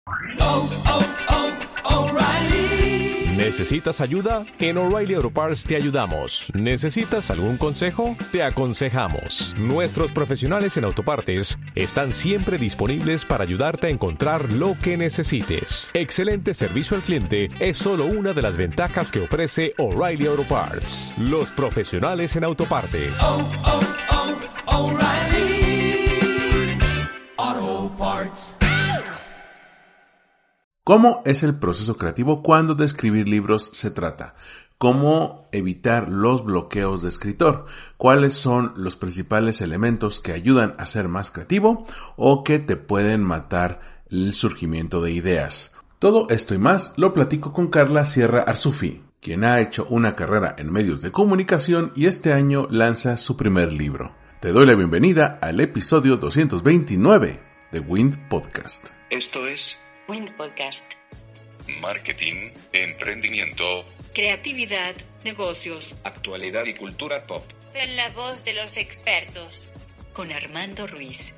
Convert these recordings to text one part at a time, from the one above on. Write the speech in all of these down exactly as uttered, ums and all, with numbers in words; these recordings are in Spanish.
Oh, oh, oh, O'Reilly. ¿Necesitas ayuda? En O'Reilly Auto Parts te ayudamos. ¿Necesitas algún consejo? Te aconsejamos. Nuestros profesionales en autopartes están siempre disponibles para ayudarte a encontrar lo que necesites. Excelente servicio al cliente es solo una de las ventajas que ofrece O'Reilly Auto Parts. Los profesionales en autopartes. Oh, oh, oh, O'Reilly Auto Parts. ¿Cómo es el proceso creativo cuando de escribir libros se trata? ¿Cómo evitar los bloqueos de escritor? ¿Cuáles son los principales elementos que ayudan a ser más creativo o que te pueden matar el surgimiento de ideas? Todo esto y más lo platico con Carla Sierra Arzufi, quien ha hecho una carrera en medios de comunicación y este año lanza su primer libro. Te doy la bienvenida al episodio doscientos veintinueve de Wind Podcast. Esto es Wind Podcast. Marketing, emprendimiento, Creatividad, negocios. actualidad y cultura pop. En la voz de los expertos. Con Armando Ruiz.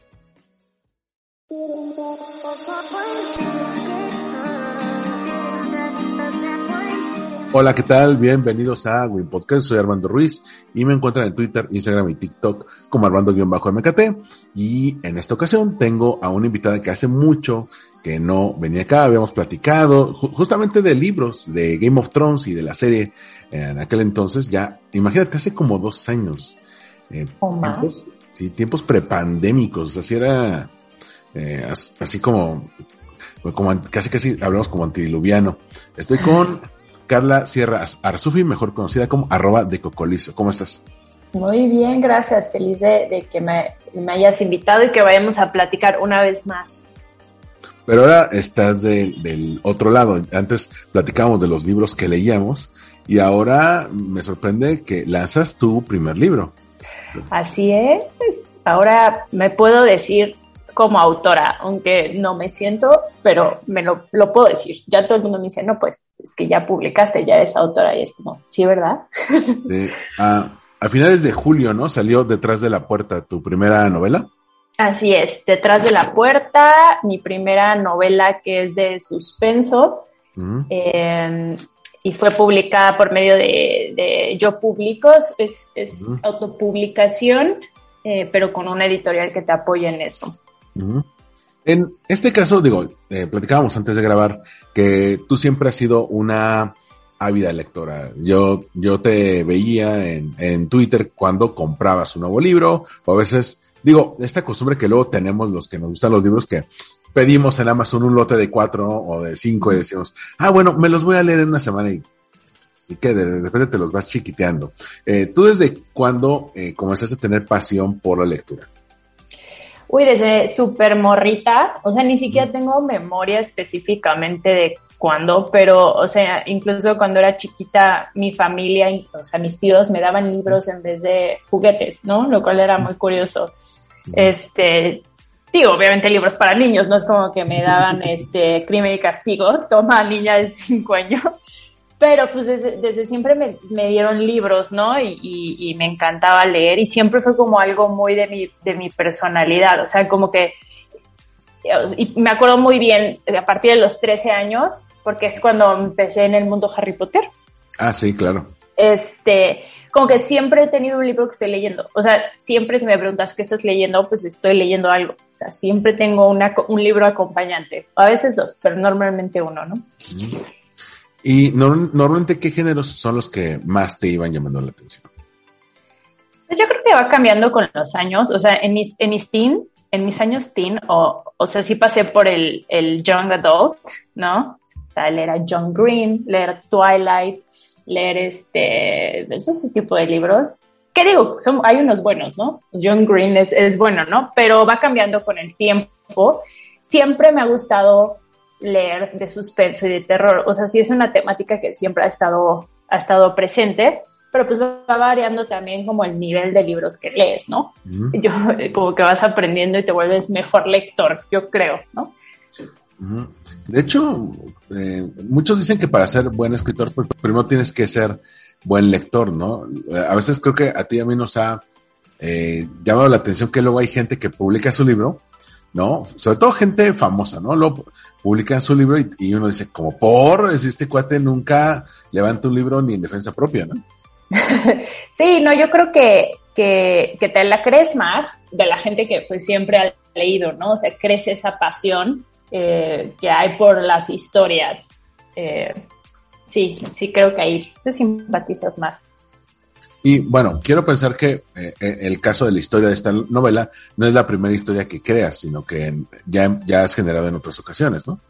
Hola, ¿qué tal? Bienvenidos a Win Podcast, soy Armando Ruiz y me encuentran en Twitter, Instagram y TikTok como Armando-M K T, y en esta ocasión tengo a una invitada que hace mucho que no venía acá, habíamos platicado ju- justamente de libros, de Game of Thrones y de la serie en aquel entonces, ya, imagínate, hace como dos años, eh, ¿O más? tiempos, sí, tiempos prepandémicos, así era, eh, as- así como, como an- casi casi hablamos como antidiluviano. Estoy con Carla Sierra Arzufi, mejor conocida como arroba de Cocolizo. ¿Cómo estás? Muy bien, gracias. Feliz de, de que me, me hayas invitado y que vayamos a platicar una vez más. Pero ahora estás de, del otro lado. Antes platicábamos de los libros que leíamos y ahora me sorprende que lanzas tu primer libro. Así es. Ahora me puedo decir como autora, aunque no me siento, pero me lo, lo puedo decir. Ya todo el mundo me dice, no, pues es que ya publicaste, ya eres autora. Y es como, sí, ¿verdad? Sí. Ah, a finales de julio, ¿no? Salió Detrás de la Puerta, tu primera novela. Así es, Detrás de la Puerta, mi primera novela que es de suspenso, Uh-huh. eh, y fue publicada por medio de, de Yo Publico, es, es Uh-huh. autopublicación, eh, pero con una editorial que te apoya en eso. Uh-huh. En este caso, digo, eh, platicábamos antes de grabar que tú siempre has sido una ávida lectora. Yo, yo te veía en, en Twitter cuando comprabas un nuevo libro, o a veces, digo, esta costumbre que luego tenemos los que nos gustan los libros, que pedimos en Amazon un lote de cuatro o de cinco y decimos, ah, bueno, me los voy a leer en una semana y, y que de, de repente te los vas chiquiteando. Eh, ¿Tú desde cuándo eh, comenzaste a tener pasión por la lectura? Uy, desde súper morrita, o sea, ni siquiera tengo memoria específicamente de cuándo, pero, o sea, incluso cuando era chiquita, mi familia, o sea, mis tíos me daban libros en vez de juguetes, ¿no? Lo cual era muy curioso. Este, digo, obviamente libros para niños, no es como que me daban este Crimen y Castigo, toma niña de cinco años, pero pues desde, desde siempre me, me dieron libros, ¿no? Y, y, y me encantaba leer y siempre fue como algo muy de mi, de mi personalidad, o sea, como que, y me acuerdo muy bien a partir de los trece años, porque es cuando empecé en el mundo Harry Potter. Ah, sí, claro. Este, como que siempre he tenido un libro que estoy leyendo. O sea, siempre si me preguntas qué estás leyendo, pues estoy leyendo algo. O sea, siempre tengo una, un libro acompañante. A veces dos, pero normalmente uno, ¿no? Y no, normalmente, ¿qué géneros son los que más te iban llamando la atención? Pues yo creo que va cambiando con los años. O sea, en mis, en mis teen, en mis años teen, o, o sea, sí pasé por el, el young adult, ¿no? O sea, leer a John Green, leer Twilight, leer este, ese tipo de libros. ¿Qué digo? Son, hay unos buenos, ¿no? John Green es, es bueno, ¿no? Pero va cambiando con el tiempo. Siempre me ha gustado leer de suspenso y de terror. O sea, sí es una temática que siempre ha estado, ha estado presente, pero pues va variando también como el nivel de libros que lees, ¿no? Uh-huh. Yo, como que vas aprendiendo y te vuelves mejor lector, yo creo, ¿no? Uh-huh. De hecho, eh, muchos dicen que para ser buen escritor, pues, primero tienes que ser buen lector, ¿no? A veces creo que a ti y a mí nos ha eh, llamado la atención que luego hay gente que publica su libro ¿no? Sobre todo gente famosa, ¿no? Luego publican su libro y, y uno dice, como por, es este cuate nunca levanta un libro ni en defensa propia, ¿no? Sí, no, yo creo que, que, que te la crees más de la gente que pues siempre ha leído, ¿no? O sea, crece esa pasión eh, que hay por las historias. Eh, sí, sí creo que ahí te simpatizas más. Y bueno, quiero pensar que eh, el caso de la historia de esta novela no es la primera historia que creas, sino que ya, ya has generado en otras ocasiones, ¿no?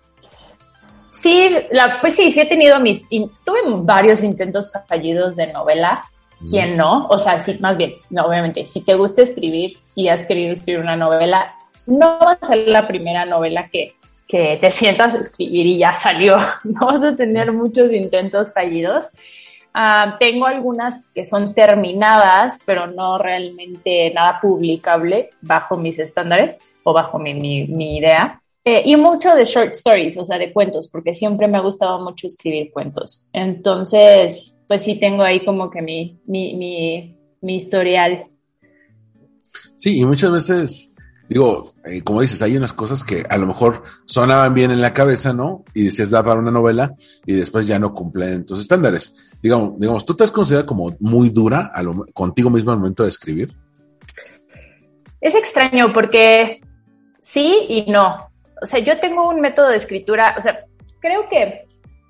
Sí, la, pues sí, sí he tenido mis, in, tuve varios intentos fallidos de novela. ¿Quién no? O sea, sí, más bien, no, obviamente, si te gusta escribir y has querido escribir una novela, no va a ser la primera novela que, que te sientas a escribir y ya salió. No vas a tener muchos intentos fallidos. Uh, tengo algunas que son terminadas, pero no realmente nada publicable bajo mis estándares o bajo mi, mi, mi idea. Eh, y mucho de short stories, o sea, de cuentos, porque siempre me ha gustado mucho escribir cuentos. Entonces, pues sí tengo ahí como que mi, mi, mi, mi historial. Sí, y muchas veces, digo, eh, como dices, hay unas cosas que a lo mejor sonaban bien en la cabeza, ¿no? Y decías, da para una novela, y después ya no cumplen tus estándares. Digamos, digamos, ¿tú te has considerado como muy dura a lo, contigo mismo al momento de escribir? Es extraño porque sí y no. O sea, yo tengo un método de escritura, o sea, creo que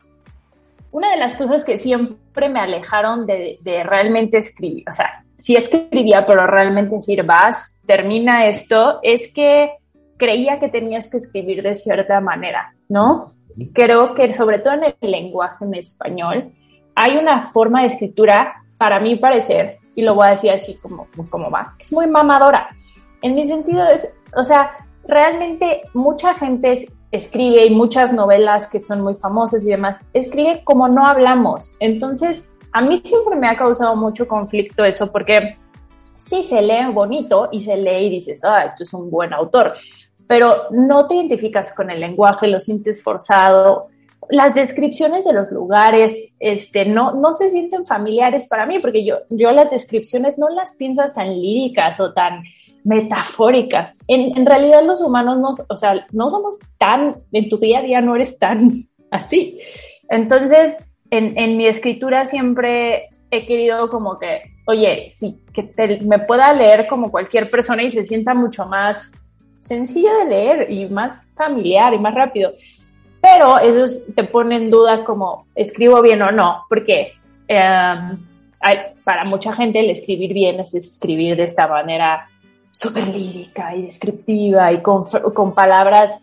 una de las cosas que siempre me alejaron de, de realmente escribir, o sea, sí escribía, pero realmente decir, vas, termina esto, es que creía que tenías que escribir de cierta manera, ¿no? Creo que sobre todo en el lenguaje en español hay una forma de escritura, para mi parecer, y lo voy a decir así como, como va, es muy mamadora. En mi sentido es, o sea, realmente mucha gente es, escribe y muchas novelas que son muy famosas y demás, escribe como no hablamos. Entonces, a mí siempre me ha causado mucho conflicto eso porque sí se lee bonito y se lee y dices, ah, esto es un buen autor, pero no te identificas con el lenguaje, lo sientes forzado. Las descripciones de los lugares este, no, no se sienten familiares para mí porque yo, yo las descripciones no las piensas tan líricas o tan metafóricas. En, en realidad los humanos no, o sea, no somos tan, en tu día a día no eres tan así. Entonces, en, en mi escritura siempre he querido como que, oye, sí, que te, me pueda leer como cualquier persona y se sienta mucho más sencillo de leer y más familiar y más rápido. Pero eso te pone en duda como, ¿escribo bien o no? Porque eh, hay, para mucha gente el escribir bien es escribir de esta manera súper lírica y descriptiva y con, con palabras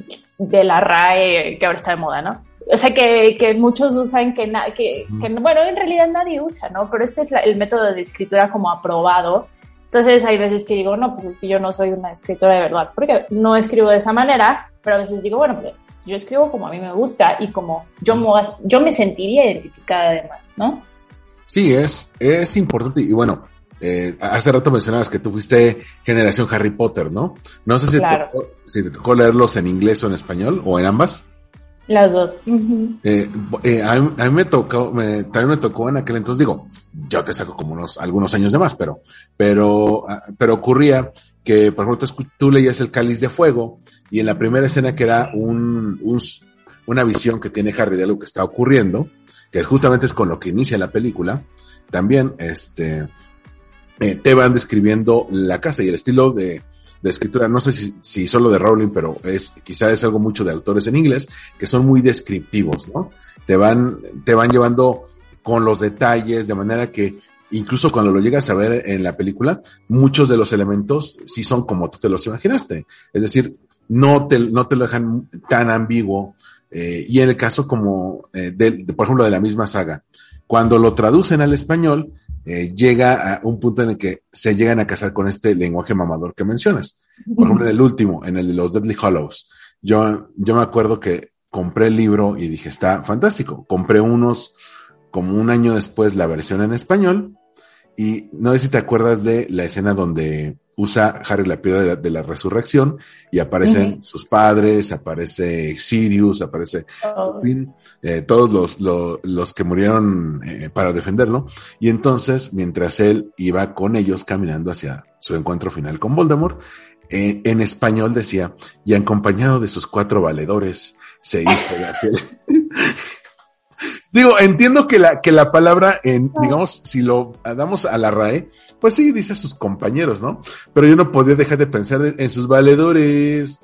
de la R A E que ahora está de moda, ¿no? O sea, que, que muchos usan, que, na, que, que, bueno, en realidad nadie usa, ¿no? Pero este es la, el método de escritura como aprobado. Entonces hay veces que digo, no, pues es que yo no soy una escritora de verdad, porque no escribo de esa manera, pero a veces digo, bueno, pues yo escribo como a mí me gusta y como yo me, yo me sentiría identificada además, ¿no? Sí, es, es importante y bueno, Eh, hace rato mencionabas que tú fuiste generación Harry Potter, ¿no? No sé si, claro. te, si te tocó leerlos en inglés o en español, o en ambas. Las dos. Uh-huh. Eh, eh, a, mí, a mí me tocó, me, también me tocó en aquel entonces, digo, yo te saco como unos, algunos años de más, pero, pero, pero ocurría que, por ejemplo, tú, tú leías El Cáliz de Fuego, y en la primera escena que era un, un, una visión que tiene Harry de algo que está ocurriendo, que justamente es con lo que inicia la película, también, este, Eh, te van describiendo la casa y el estilo de, de escritura, no sé si, si solo de Rowling, pero es, quizá es algo mucho de autores en inglés, que son muy descriptivos, ¿no? Te van, te van llevando con los detalles, de manera que incluso cuando lo llegas a ver en la película, muchos de los elementos sí son como tú te los imaginaste. Es decir, no te, no te lo dejan tan ambiguo, eh, y en el caso como, eh, de, de, por ejemplo, de la misma saga, cuando lo traducen al español, Eh, llega a un punto en el que se llegan a casar con este lenguaje mamador que mencionas. Por ejemplo, en el último, en el de los Deathly Hallows, yo, yo me acuerdo que compré el libro y dije, está fantástico. Compré unos, como un año después, la versión en español, y no sé si te acuerdas de la escena donde usa Harry la piedra de la, de la resurrección y aparecen uh-huh. sus padres, aparece Sirius, aparece oh. Lupin, eh, todos los, los, los que murieron eh, para defenderlo. Y entonces, mientras él iba con ellos caminando hacia su encuentro final con Voldemort, eh, en español decía, y acompañado de sus cuatro valedores, se hizo la serie. Digo, entiendo que la, que la palabra, en, digamos, si lo damos a la R A E, pues sí, dice sus compañeros, ¿no? Pero yo no podía dejar de pensar en sus valedores.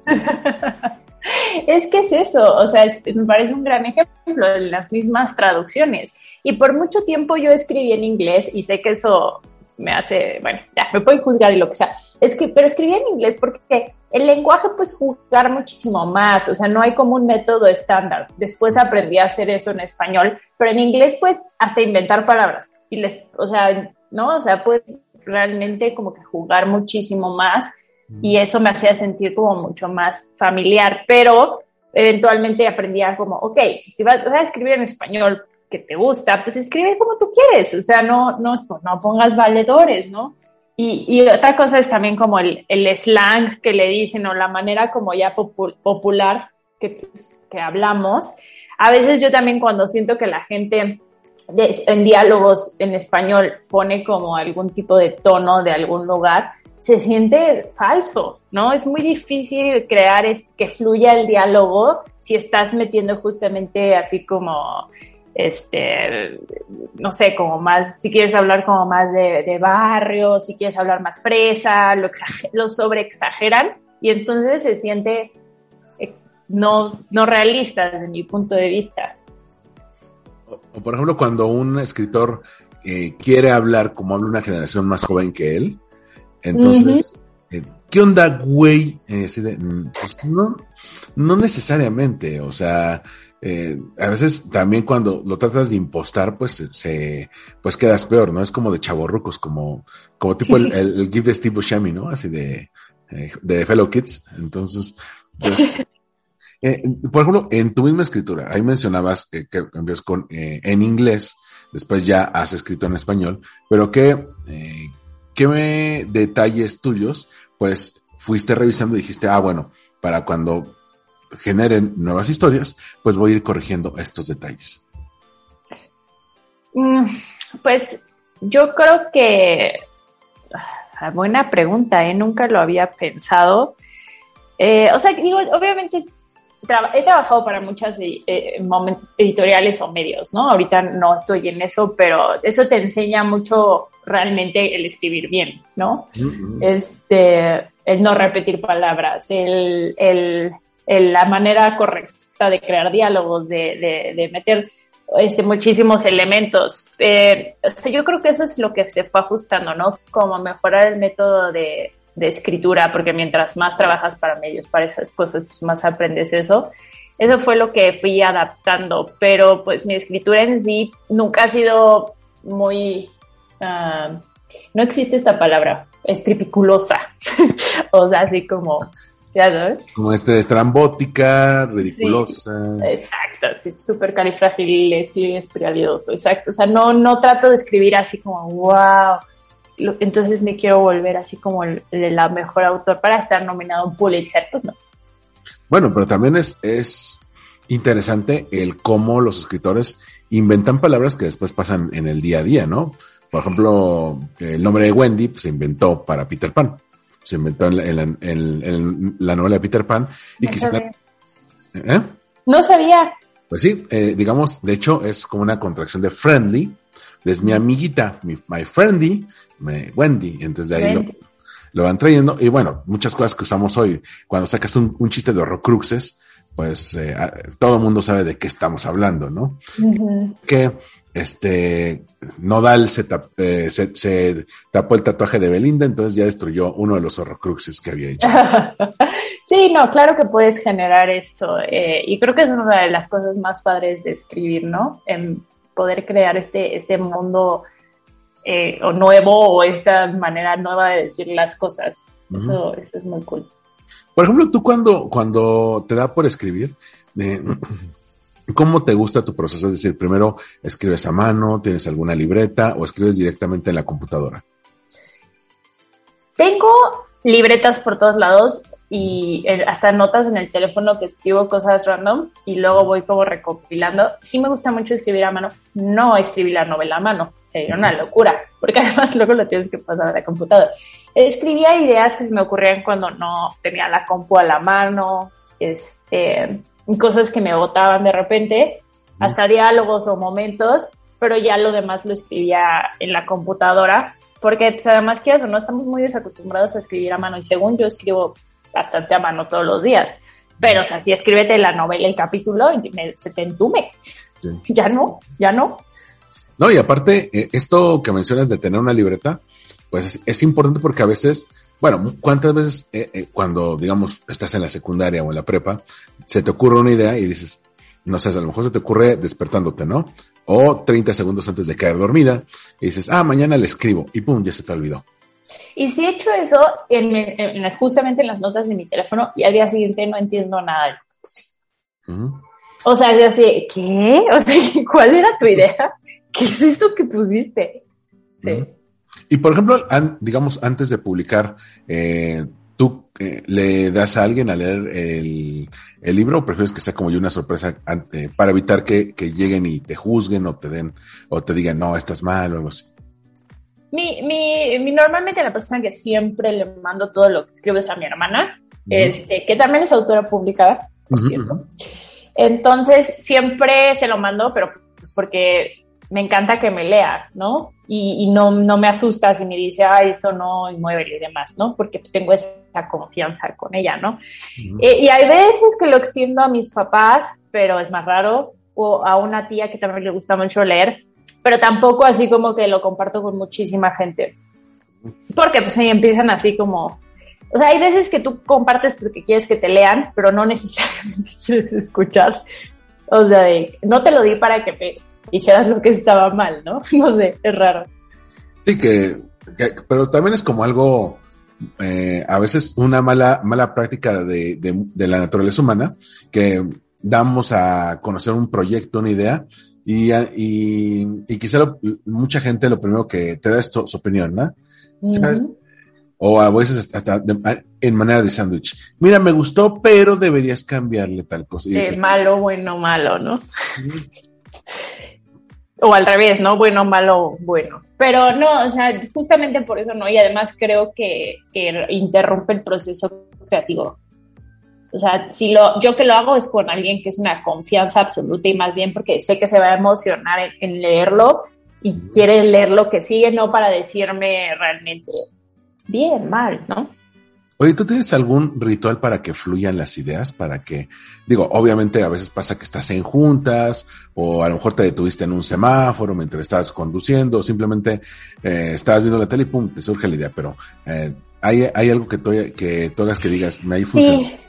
Es que es eso, o sea, es, me parece un gran ejemplo de las mismas traducciones. Y por mucho tiempo yo escribí en inglés y sé que eso me hace, bueno, ya, me pueden juzgar y lo que sea. Es que, pero escribí en inglés porque el lenguaje puedes jugar muchísimo más, o sea, no hay como un método estándar. Después aprendí a hacer eso en español, pero en inglés pues hasta inventar palabras. Y les, o sea, ¿no? O sea, puedes realmente como que jugar muchísimo más y eso me hacía sentir como mucho más familiar, pero eventualmente aprendí a como, ok, si vas a escribir en español que te gusta, pues escribe como tú quieres, o sea, no, no, no pongas valedores, ¿no? Y, y otra cosa es también como el, el slang que le dicen o la manera como ya popu- popular que, que hablamos. A veces yo también cuando siento que la gente de, en diálogos en español pone como algún tipo de tono de algún lugar, se siente falso, ¿no? Es muy difícil crear es, que fluya el diálogo si estás metiendo justamente así como... este, no sé, como más, si quieres hablar como más de, de barrio, si quieres hablar más fresa, lo, exager- lo sobreexageran y entonces se siente eh, no, no realista desde mi punto de vista. O, o por ejemplo, cuando un escritor eh, quiere hablar como habla una generación más joven que él, entonces, uh-huh. eh, ¿qué onda, güey? Eh, así de, pues no, no necesariamente, o sea... Eh, a veces también cuando lo tratas de impostar, pues se, pues quedas peor, ¿no? Es como de chavorrucos, como, como tipo el, el, el GIF de Steve Buscemi, ¿no? Así de, eh, de Fellow Kids. Entonces, pues, eh, por ejemplo, en tu misma escritura, ahí mencionabas eh, que empiezas con, eh, en inglés, después ya has escrito en español, pero ¿qué, eh, qué me, detalles tuyos, pues, fuiste revisando y dijiste, ah, bueno, para cuando generen nuevas historias, pues voy a ir corrigiendo estos detalles? Pues yo creo que buena pregunta, ¿eh? Nunca lo había pensado. Eh, o sea, digo, obviamente tra- he trabajado para muchos eh, momentos editoriales o medios, ¿no? Ahorita no estoy en eso, pero eso te enseña mucho realmente el escribir bien, ¿no? Uh-huh. Este, el no repetir palabras, el... el la manera correcta de crear diálogos, de, de, de meter este, muchísimos elementos. Eh, o sea, yo creo que eso es lo que se fue ajustando, ¿no? Como mejorar el método de, de escritura, porque mientras más trabajas para medios, para esas cosas, pues más aprendes eso. Eso fue lo que fui adaptando, pero pues mi escritura en sí nunca ha sido muy... Uh, no existe esta palabra, estripiculosa. O sea, así como... ¿Ya sabes? Como este, estrambótica, ridiculosa. Sí, exacto, sí, súper califragilisticoespialidoso, exacto. O sea, no, no trato de escribir así como, wow. Entonces me quiero volver así como el, el, la mejor autor para estar nominado a un Pulitzer, pues no. Bueno, pero también es, es interesante el cómo los escritores inventan palabras que después pasan en el día a día, ¿no? Por ejemplo, el nombre de Wendy pues, se inventó para Peter Pan. Se inventó en la, en, la, en, en la novela de Peter Pan. Y no quizá, ¿Eh? No sabía. Pues sí, eh, digamos, de hecho, es como una contracción de friendly. Es mi amiguita, mi, my friendly, my Wendy. Entonces de ahí lo, lo van trayendo. Y bueno, muchas cosas que usamos hoy. Cuando sacas un, un chiste de Horrocruxes, pues eh, todo el mundo sabe de qué estamos hablando, ¿no? Uh-huh. Que este Nodal se, tap, eh, se, se tapó el tatuaje de Belinda, entonces ya destruyó uno de los Horrocruxes que había hecho. Sí, no, claro que puedes generar esto, eh, y creo que es una de las cosas más padres de escribir, ¿no? En poder crear este, este mundo eh, o nuevo o esta manera nueva de decir las cosas. Uh-huh. Eso, eso es muy cool. Por ejemplo, tú cuando, cuando te da por escribir, eh, ¿cómo te gusta tu proceso? Es decir, primero escribes a mano, tienes alguna libreta o escribes directamente en la computadora. Tengo libretas por todos lados y hasta notas en el teléfono que escribo cosas random y luego voy como recopilando. Sí me gusta mucho escribir a mano, no escribir la novela a mano, sería una locura, porque además luego lo tienes que pasar a la computadora. Escribía ideas que se me ocurrían cuando no tenía la compu a la mano, este, cosas que me botaban de repente, hasta diálogos o momentos, pero ya lo demás lo escribía en la computadora, porque pues, además quieras o no, estamos muy desacostumbrados a escribir a mano, y según yo escribo bastante a mano todos los días, pero o sea, si escríbete la novela, el capítulo, y me, se te entume. Sí. Ya no, ya no. No, y aparte, eh, esto que mencionas de tener una libreta, pues es, es importante porque a veces, bueno, ¿cuántas veces eh, eh, cuando, digamos, estás en la secundaria o en la prepa, se te ocurre una idea y dices, no sé, a lo mejor se te ocurre despertándote, ¿no? O treinta segundos antes de caer dormida, y dices, ah, mañana le escribo, y pum, ya se te olvidó. Y sí he hecho eso en, en, en, justamente en las notas de mi teléfono, y al día siguiente no entiendo nada de lo que puse. Uh-huh. O sea, yo así, ¿qué? O sea, ¿cuál era tu idea? ¿Qué es eso que pusiste? Sí. Uh-huh. Y por ejemplo, an, digamos, antes de publicar, eh, ¿tú eh, le das a alguien a leer el, el libro o prefieres que sea como yo una sorpresa ante, para evitar que, que lleguen y te juzguen o te den, o te digan, no, estás mal o algo así? Mi, mi, mi, normalmente la persona que siempre le mando todo lo que escribo es a mi hermana, uh-huh. este, que también es autora publicada, por uh-huh. cierto. Entonces, siempre se lo mando, pero pues porque me encanta que me lea, ¿no? Y, y no, no me asusta si me dice, ay, esto no, y muévele y demás, ¿no? Porque tengo esa confianza con ella, ¿no? Uh-huh. Eh, y hay veces que lo extiendo a mis papás, pero es más raro, o a una tía que también le gusta mucho leer, pero tampoco así como que lo comparto con muchísima gente. Porque pues ahí empiezan así como... O sea, hay veces que tú compartes porque quieres que te lean, pero no necesariamente quieres escuchar. O sea, de, no te lo di para que me dijeras lo que estaba mal, ¿no? No sé, es raro. Sí, que, que pero también es como algo, eh, a veces una mala mala práctica de, de, de la naturaleza humana, que damos a conocer un proyecto, una idea, y, y, y quizá lo, mucha gente lo primero que te da es su, su opinión, ¿no? Uh-huh. O a veces hasta de, en manera de sándwich. Mira, me gustó, pero deberías cambiarle tal cosa. Y dices, malo, bueno, malo, ¿no? O al revés, ¿no? Bueno, malo, bueno. Pero no, o sea, justamente por eso no. Y además creo que, que interrumpe el proceso creativo. O sea, si lo, yo que lo hago es con alguien que es una confianza absoluta, y más bien porque sé que se va a emocionar en, en leerlo y quiere leer lo que sigue, no para decirme realmente bien, mal, ¿no? Oye, ¿tú tienes algún ritual para que fluyan las ideas? Para que, digo, obviamente a veces pasa que estás en juntas, o a lo mejor te detuviste en un semáforo mientras estabas conduciendo, o simplemente eh, estabas viendo la tele y pum, te surge la idea, pero eh, ¿hay, hay algo que tú, que tú hagas que digas, me ahí funciona? Sí.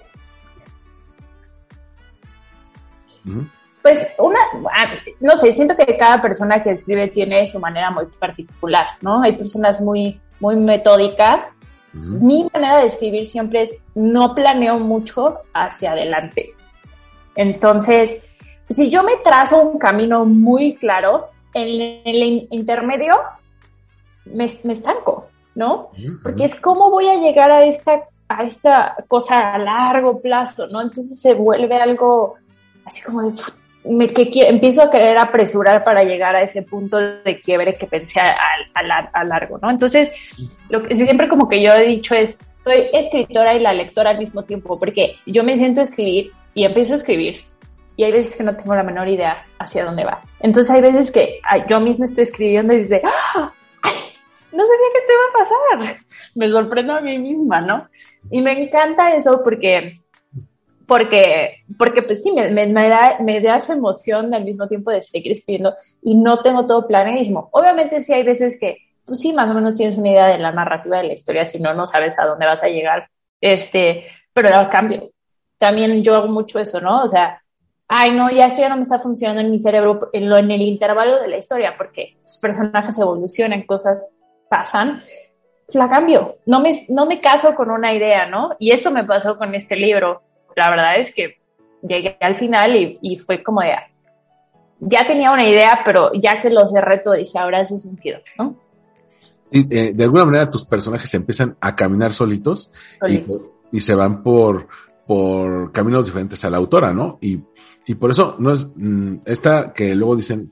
Uh-huh. Pues una, no sé, siento que cada persona que escribe tiene su manera muy particular, ¿no? Hay personas muy, muy metódicas. Uh-huh. Mi manera de escribir siempre es, no planeo mucho hacia adelante. Entonces, si yo me trazo un camino muy claro, en el intermedio me, me estanco, ¿no? Uh-huh. Porque es cómo voy a llegar a esta, a esta cosa a largo plazo, ¿no? Entonces se vuelve algo así como de, me, que, que empiezo a querer apresurar para llegar a ese punto de quiebre que pensé a, a, a largo, ¿no? Entonces, lo que siempre como que yo he dicho es, soy escritora y la lectora al mismo tiempo, porque yo me siento a escribir y empiezo a escribir, y hay veces que no tengo la menor idea hacia dónde va. Entonces hay veces que ay, yo misma estoy escribiendo y dice, ¡ah! No sabía que esto iba a pasar. Me sorprendo a mí misma, ¿no? Y me encanta eso porque... Porque, porque pues sí, me, me, me, da, me da esa emoción al mismo tiempo de seguir escribiendo y no tengo todo planeadísimo. Obviamente sí hay veces que, pues sí, más o menos tienes una idea de la narrativa de la historia, si no, no sabes a dónde vas a llegar, este, pero al cambio. También yo hago mucho eso, ¿no? O sea, ay, no, ya esto ya no me está funcionando en mi cerebro en, lo, en el intervalo de la historia, porque los personajes evolucionan, cosas pasan, la cambio. No me, no me caso con una idea, ¿no? Y esto me pasó con este libro. La verdad es que llegué al final y, y fue como de, ya tenía una idea, pero ya que lo cerré todo, dije, ahora hace sentido, ¿no? Sí, eh, de alguna manera tus personajes empiezan a caminar solitos, solitos. Y, y se van por, por caminos diferentes a la autora, ¿no? Y, y por eso no es, esta que luego dicen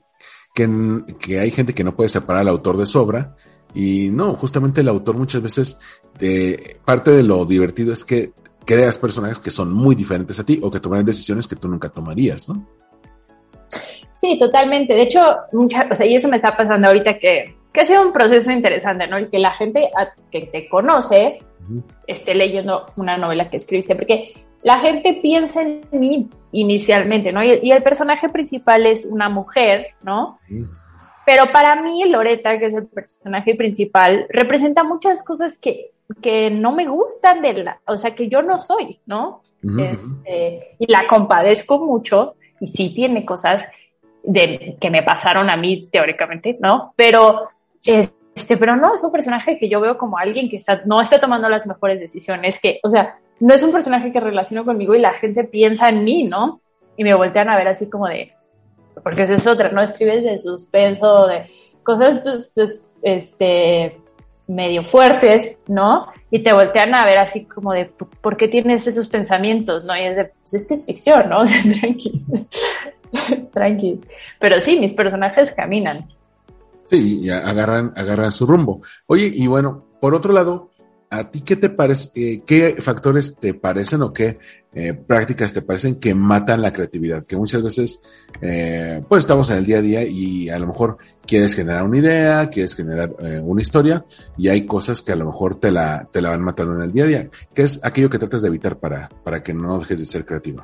que, que hay gente que no puede separar al autor de su obra, y no, justamente el autor muchas veces, de, parte de lo divertido es que creas personajes que son muy diferentes a ti o que toman decisiones que tú nunca tomarías, ¿no? Sí, totalmente. De hecho, mucha, o sea, y eso me está pasando ahorita que, que ha sido un proceso interesante, ¿no? El que la gente a, que te conoce uh-huh. esté leyendo una novela que escribiste, porque la gente piensa en mí inicialmente, ¿no? Y, y el personaje principal es una mujer, ¿no? Uh-huh. Pero para mí, Loretta, que es el personaje principal, representa muchas cosas que, que no me gustan de la, o sea, que yo no soy, ¿no? Uh-huh. Este, y la compadezco mucho, y sí tiene cosas de, que me pasaron a mí teóricamente, ¿no? Pero, este, pero no, es un personaje que yo veo como alguien que está, no está tomando las mejores decisiones, que, o sea, no es un personaje que relaciono conmigo y la gente piensa en mí, ¿no? Y me voltean a ver así como de, porque esa es otra, ¿no? Escribes de suspenso, de cosas, pues, este, medio fuertes, ¿no? Y te voltean a ver así como de, ¿por qué tienes esos pensamientos, no? Y es de, pues es que es ficción, ¿no? O sea, tranquis, tranquis. Pero sí, mis personajes caminan. Sí, y agarran, agarran su rumbo. Oye, y bueno, por otro lado, ¿a ti qué te parece, eh, qué factores te parecen o qué eh, prácticas te parecen que matan la creatividad? Que muchas veces, eh, pues estamos en el día a día y a lo mejor quieres generar una idea, quieres generar eh, una historia y hay cosas que a lo mejor te la, te la van matando en el día a día. ¿Qué es aquello que tratas de evitar para, para que no dejes de ser creativa?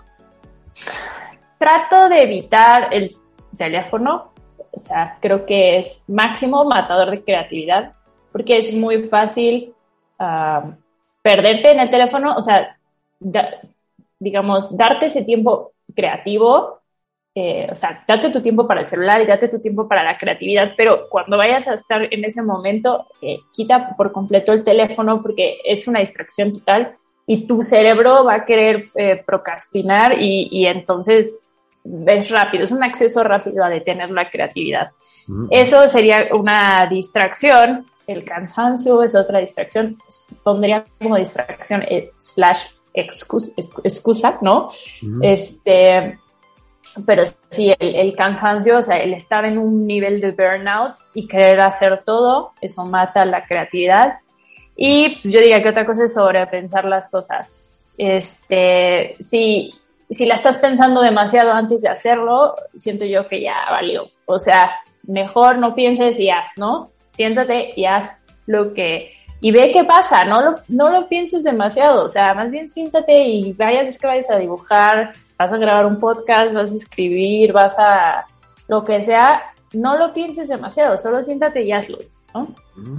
Trato de evitar el teléfono, o sea, creo que es máximo matador de creatividad, porque es muy fácil uh, perderte en el teléfono, o sea, da, digamos, darte ese tiempo creativo, eh, o sea, date tu tiempo para el celular y date tu tiempo para la creatividad, pero cuando vayas a estar en ese momento, eh, quita por completo el teléfono porque es una distracción total y tu cerebro va a querer eh, procrastinar y, y entonces es rápido, es un acceso rápido a detener la creatividad. Uh-huh. Eso sería una distracción. El cansancio es otra distracción. Pondría como distracción eh, slash excusa, excusa ¿no? Uh-huh. Este, pero sí, el, el cansancio, o sea, el estar en un nivel de burnout y querer hacer todo, eso mata la creatividad. Y yo diría que otra cosa es sobrepensar las cosas. Este, sí. Si la estás pensando demasiado antes de hacerlo, siento yo que ya valió. O sea, mejor no pienses y haz, ¿no? Siéntate y haz lo que... Y ve qué pasa, no lo, no lo pienses demasiado. O sea, más bien siéntate y vayas, es que vayas a dibujar, vas a grabar un podcast, vas a escribir, vas a... Lo que sea, no lo pienses demasiado, solo siéntate y hazlo, ¿no?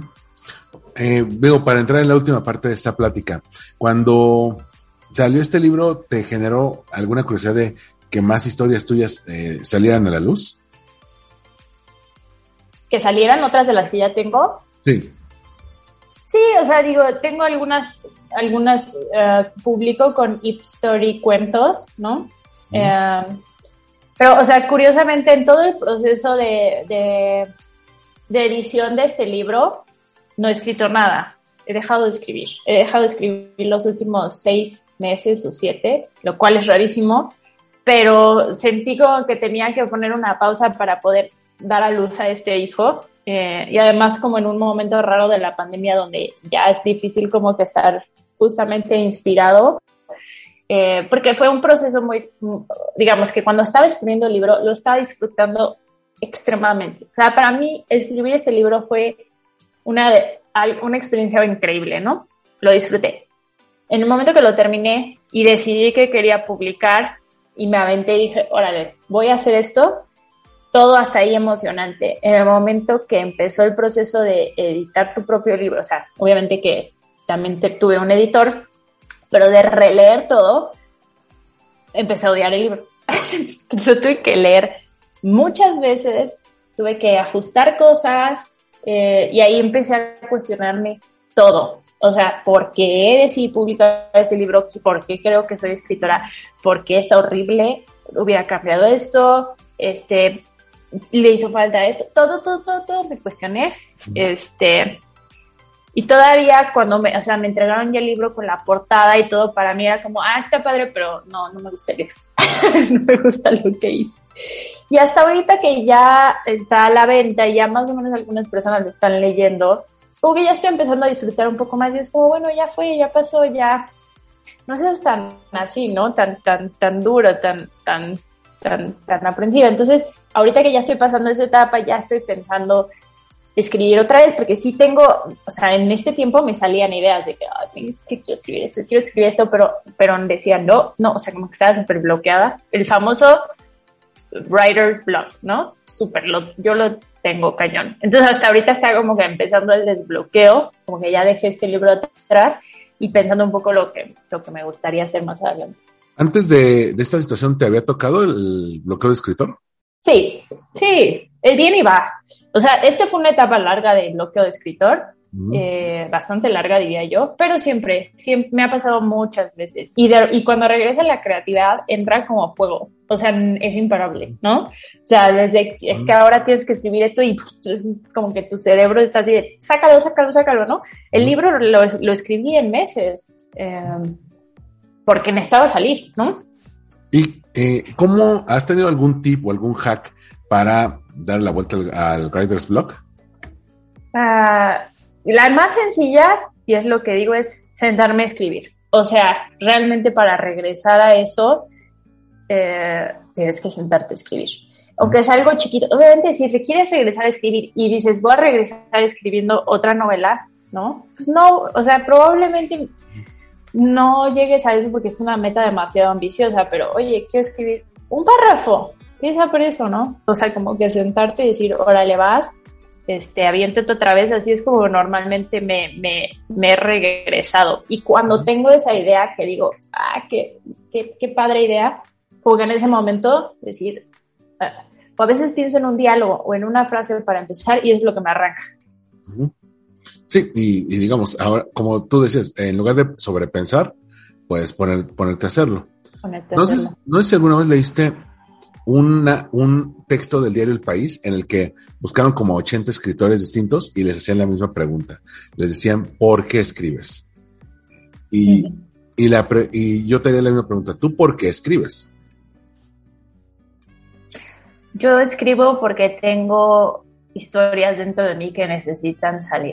Eh, veo, para entrar en la última parte de esta plática, cuando... ¿Salió este libro? ¿Te generó alguna curiosidad de que más historias tuyas eh, salieran a la luz? ¿Que salieran otras de las que ya tengo? Sí. Sí, o sea, digo, tengo algunas, algunas uh, publico con Ipstory Cuentos, ¿no? Uh-huh. Eh, pero, o sea, curiosamente, en todo el proceso de, de, de edición de este libro, no he escrito nada. He dejado de escribir. He dejado de escribir los últimos seis meses o siete, lo cual es rarísimo, pero sentí como que tenía que poner una pausa para poder dar a luz a este hijo. Eh, y además como en un momento raro de la pandemia donde ya es difícil como que estar justamente inspirado. Eh, porque fue un proceso muy, digamos que cuando estaba escribiendo el libro lo estaba disfrutando extremadamente. O sea, para mí escribir este libro fue una de... una experiencia increíble, ¿no? Lo disfruté. En el momento que lo terminé y decidí que quería publicar y me aventé y dije, órale, voy a hacer esto, todo hasta ahí emocionante. En el momento que empezó el proceso de editar tu propio libro, o sea, obviamente que también te, tuve un editor, pero de releer todo, empecé a odiar el libro. Lo tuve que leer muchas veces, tuve que ajustar cosas, Eh, y ahí empecé a cuestionarme todo, o sea, ¿por qué decidí publicar ese libro? ¿Por qué creo que soy escritora? ¿Por qué está horrible? ¿Hubiera cambiado esto? Este, ¿le hizo falta esto? Todo, todo, todo, todo me cuestioné, este, y todavía cuando me, o sea, me entregaron ya el libro con la portada y todo, para mí era como, ah, está padre, pero no, no me gusta el libro. no me gusta lo que hice. Y hasta ahorita que ya está a la venta y ya más o menos algunas personas lo están leyendo, como que ya estoy empezando a disfrutar un poco más y es como, bueno, ya fue, ya pasó, ya no seas tan así, ¿no? Tan, tan, tan duro, tan, tan, tan, tan aprensiva. Entonces, ahorita que ya estoy pasando esa etapa, ya estoy pensando escribir otra vez, porque sí tengo, o sea, en este tiempo me salían ideas de que, ay, es que quiero escribir esto, quiero escribir esto, pero, pero decía, no, no, o sea, como que estaba súper bloqueada. El famoso writer's block, ¿no? Súper, lo, yo lo tengo cañón. Entonces, hasta ahorita está como que empezando el desbloqueo, como que ya dejé este libro atrás y pensando un poco lo que, lo que me gustaría hacer más adelante. Antes de, de esta situación, ¿te había tocado el bloqueo de escritor? Sí, sí, el bien y va. O sea, esta fue una etapa larga de bloqueo de escritor, uh-huh. eh, bastante larga diría yo, pero siempre, siempre me ha pasado muchas veces. Y, de, y cuando regresa la creatividad, entra como fuego. O sea, es imparable, ¿no? O sea, desde es que ahora tienes que escribir esto y pff, es como que tu cerebro está así de, sácalo, sácalo, sácalo, ¿no? El libro lo, lo escribí en meses, eh, porque necesitaba salir, ¿no? ¿Y eh, cómo has tenido algún tip o algún hack para dar la vuelta al, al writer's block? Uh, la más sencilla, y es lo que digo, es sentarme a escribir. O sea, realmente para regresar a eso, eh, tienes que sentarte a escribir. Aunque es algo chiquito. Obviamente, si requieres regresar a escribir y dices, voy a regresar escribiendo otra novela, ¿no? Pues no, o sea, probablemente no llegues a eso porque es una meta demasiado ambiciosa, pero oye, quiero escribir un párrafo, piensa por eso, ¿no? O sea, como que sentarte y decir, órale, vas, este, aviéntate otra vez, así es como normalmente me, me, me he regresado. Y cuando tengo esa idea que digo, ah, qué, qué, qué padre idea, porque en ese momento decir, ah, o a veces pienso en un diálogo o en una frase para empezar y es lo que me arranca. Uh-huh. Sí, y, y digamos, ahora, como tú decías, en lugar de sobrepensar, puedes poner, ponerte a hacerlo. Ponerte a no, hacerlo. Sé, no sé si alguna vez leíste una, un texto del diario El País en el que buscaron como ochenta escritores distintos y les hacían la misma pregunta. Les decían, ¿por qué escribes? Y, uh-huh. y, la pre, y yo te haría la misma pregunta, ¿tú por qué escribes? Yo escribo porque tengo historias dentro de mí que necesitan salir.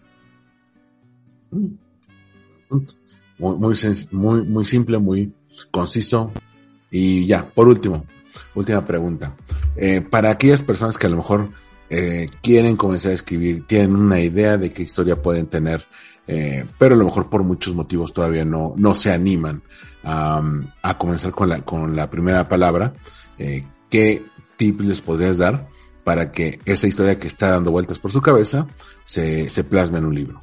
Muy, muy, muy, muy simple, muy conciso. Y ya, por último, última pregunta. Eh, para aquellas personas que a lo mejor eh, quieren comenzar a escribir, tienen una idea de qué historia pueden tener, eh, pero a lo mejor por muchos motivos todavía no, no se animan um, a comenzar con la, con la primera palabra, eh, ¿qué tips les podrías dar para que esa historia que está dando vueltas por su cabeza se, se plasme en un libro?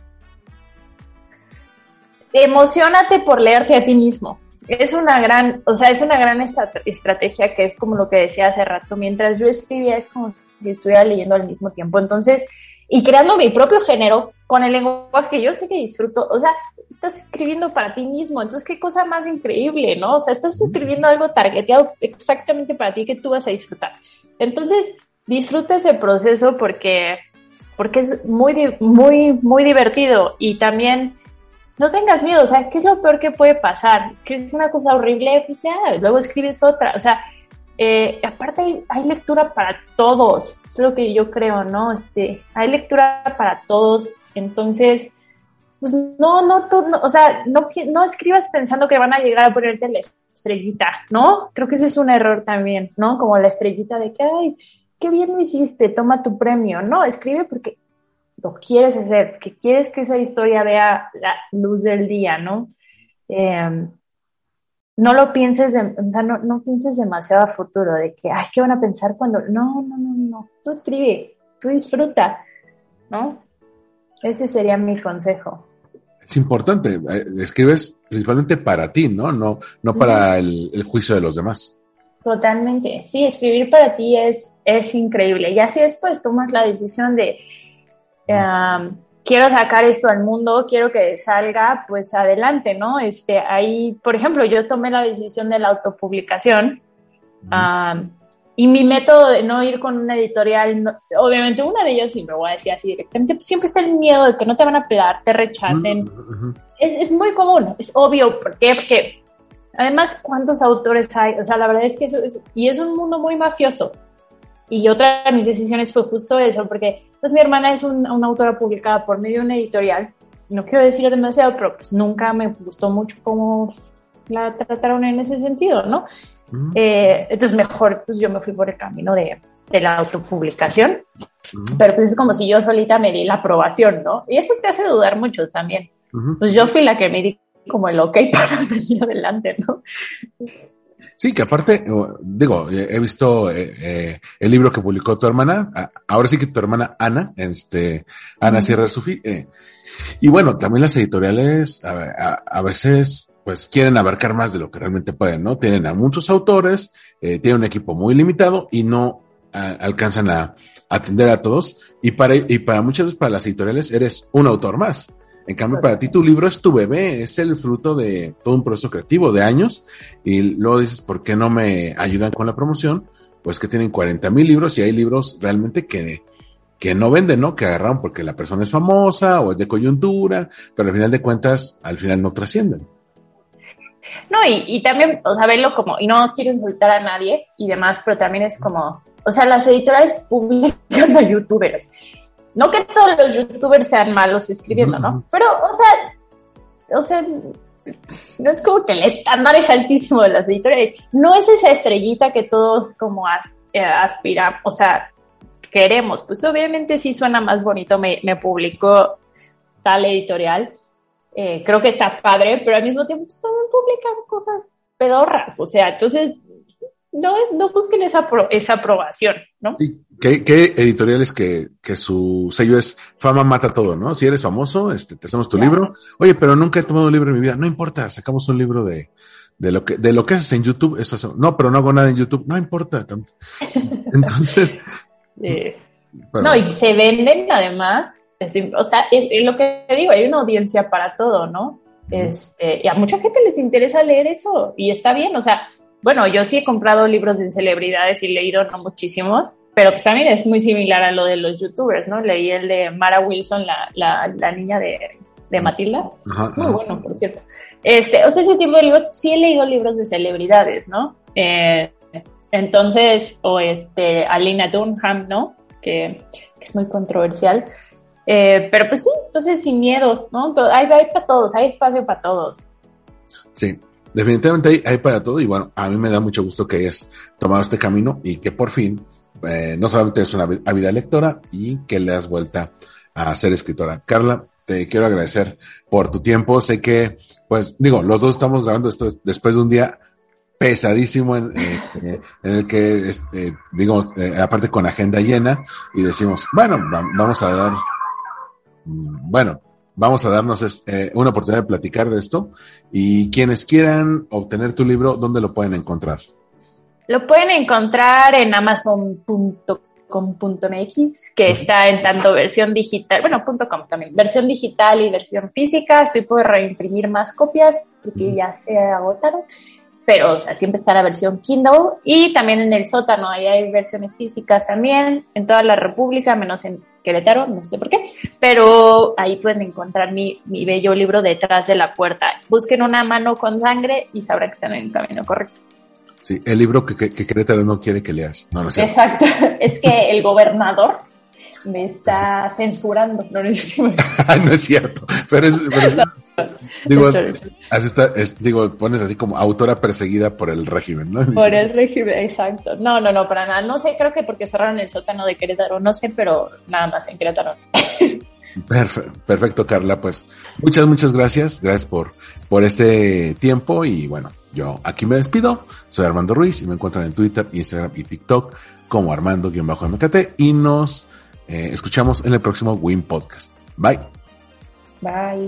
Emociónate por leerte a ti mismo. Es una gran, o sea, es una gran estra- estrategia que es como lo que decía hace rato. Mientras yo escribía es como si estuviera leyendo al mismo tiempo. Entonces, y creando mi propio género con el lenguaje que yo sé que disfruto. O sea, estás escribiendo para ti mismo. Entonces, qué cosa más increíble, ¿no? O sea, estás escribiendo algo targeteado exactamente para ti que tú vas a disfrutar. Entonces, disfruta ese proceso porque, porque es muy, muy, muy divertido. Y también no tengas miedo, o sea, ¿qué es lo peor que puede pasar? Escribes una cosa horrible, pues ya, luego escribes otra, o sea, eh, aparte hay, hay lectura para todos, es lo que yo creo, ¿no? Este, hay lectura para todos, entonces, pues no, no, tú, no o sea, no, no escribas pensando que van a llegar a ponerte la estrellita, ¿no? Creo que ese es un error también, ¿no? Como la estrellita de que, ay, qué bien lo hiciste, toma tu premio, no, escribe porque lo quieres hacer, que quieres que esa historia vea la luz del día, ¿no? Eh, no lo pienses, de, o sea, no, no pienses demasiado a futuro, de que, ay, ¿qué van a pensar cuando? No, no, no, no, tú escribe, tú disfruta, ¿no? Ese sería mi consejo. Es importante, escribes principalmente para ti, ¿no? No, no para el, el juicio de los demás. Totalmente, sí, escribir para ti es, es increíble, y así después tomas la decisión de Um, quiero sacar esto al mundo, quiero que salga, pues adelante, ¿no? Este, ahí, por ejemplo, yo tomé la decisión de la autopublicación, uh-huh. um, y mi método de no ir con una editorial, no, obviamente una de ellos, y me voy a decir así directamente, pues siempre está el miedo de que no te van a pelar, te rechacen. Uh-huh. es, es muy común, es obvio, ¿por qué? Porque además, ¿cuántos autores hay? O sea, la verdad es que eso es, y es un mundo muy mafioso. Y otra de mis decisiones fue justo eso, porque pues mi hermana es un, una autora publicada por medio de una editorial. No quiero decir demasiado, pero pues nunca me gustó mucho cómo la trataron en ese sentido, ¿no? Uh-huh. Eh, entonces mejor pues yo me fui por el camino de, de la autopublicación, uh-huh. pero pues es como si yo solita me di la aprobación, ¿no? Y eso te hace dudar mucho también. Uh-huh. Pues yo fui la que me di como el ok para salir adelante, ¿no? Sí, que aparte, digo, he visto eh, eh, el libro que publicó tu hermana, ahora sí que tu hermana Ana, este, Ana uh-huh. Sierra Sufi, eh, y bueno, también las editoriales a, a, a veces pues quieren abarcar más de lo que realmente pueden, ¿no? Tienen a muchos autores, eh, tienen un equipo muy limitado y no a, alcanzan a, a atender a todos, y para, y para muchas veces para las editoriales eres un autor más. En cambio, para ti tu libro es tu bebé, es el fruto de todo un proceso creativo de años, y luego dices, ¿por qué no me ayudan con la promoción? Pues que tienen cuarenta mil libros y hay libros realmente que, que no venden, ¿no? Que agarraron porque la persona es famosa o es de coyuntura, pero al final de cuentas, al final no trascienden. No, y, y también, o sea, verlo como, y no quiero insultar a nadie y demás, pero también es como, o sea, las editoriales publican a youtubers. No que todos los youtubers sean malos escribiendo, ¿no? Pero, o sea, o sea, no es como que el estándar es altísimo de las editoriales. No es esa estrellita que todos como as, eh, aspiramos, o sea, queremos. Pues obviamente sí suena más bonito, me, me publicó tal editorial. Eh, creo que está padre, pero al mismo tiempo pues, también publican cosas pedorras. O sea, entonces, no es, no busquen esa, pro, esa aprobación, ¿no? Sí. ¿Qué, qué editoriales que, que su sello es fama mata todo, ¿no? Si eres famoso, este, te hacemos tu yeah. libro. Oye, pero nunca he tomado un libro en mi vida. No importa, sacamos un libro de, de lo que, de lo que haces en YouTube. Eso es, no, pero no hago nada en YouTube. No importa. Entonces. Sí. Pero, no, y se venden además. Es, o sea, es, es lo que digo, hay una audiencia para todo, ¿no? Uh-huh. Este, y a mucha gente les interesa leer eso. Y está bien, o sea, bueno, yo sí he comprado libros de celebridades y leído no muchísimos. Pero pues también es muy similar a lo de los youtubers, ¿no? Leí el de Mara Wilson, la, la, la niña de, de Matilda. Ajá, es muy ajá. bueno, por cierto. Este, o sea, ese tipo de libros, sí he leído libros de celebridades, ¿no? Eh, entonces, o este, Alina Dunham, ¿no? Que, que es muy controversial. Eh, pero pues sí, entonces sin miedo, ¿no? Hay, hay para todos, hay espacio para todos. Sí. Definitivamente hay, hay para todo, y bueno, a mí me da mucho gusto que hayas tomado este camino y que por fin Eh, no solamente es una ávida lectora y que le das vuelta a ser escritora. Carla, te quiero agradecer por tu tiempo. Sé que, pues, digo, los dos estamos grabando esto después de un día pesadísimo en, eh, en el que, este, digamos, eh, aparte con agenda llena, y decimos, bueno, va, vamos a dar, bueno, vamos a darnos eh, una oportunidad de platicar de esto, y quienes quieran obtener tu libro, ¿dónde lo pueden encontrar? Lo pueden encontrar en amazon punto com punto m x, que está en tanto versión digital, bueno, .com también, versión digital y versión física. Estoy por reimprimir más copias porque ya se agotaron, pero o sea, siempre está la versión Kindle, y también en el sótano, ahí hay versiones físicas también, en toda la República, menos en Querétaro, no sé por qué, pero ahí pueden encontrar mi, mi bello libro Detrás de la Puerta. Busquen Una mano con sangre y sabrán que están en el camino correcto. Sí, el libro que, que, que Querétaro no quiere que leas. No, no es cierto. Exacto. Es que el gobernador me está censurando. No, no es cierto. No es cierto. Pero es, pero es digo, así está, es, digo, pones así como autora perseguida por el régimen, ¿no? Dice, por el régimen, exacto. No, no, no, para nada. No sé, creo que porque cerraron el sótano de Querétaro. No sé, pero nada más en Querétaro. Perfecto, perfecto, Carla. Pues muchas, muchas gracias. Gracias por, por este tiempo, y bueno, yo aquí me despido. Soy Armando Ruiz y me encuentran en Twitter, Instagram y TikTok como Armando-M K T, y nos eh, escuchamos en el próximo Win Podcast. Bye. Bye.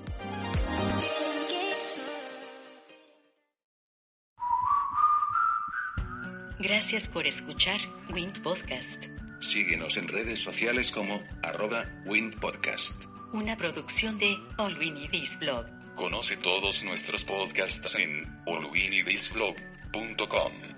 Gracias por escuchar Wind Podcast. Síguenos en redes sociales como arroba Wind Podcast. Una producción de All We Need Is Blog. Conoce todos nuestros podcasts en all we need is blog punto com.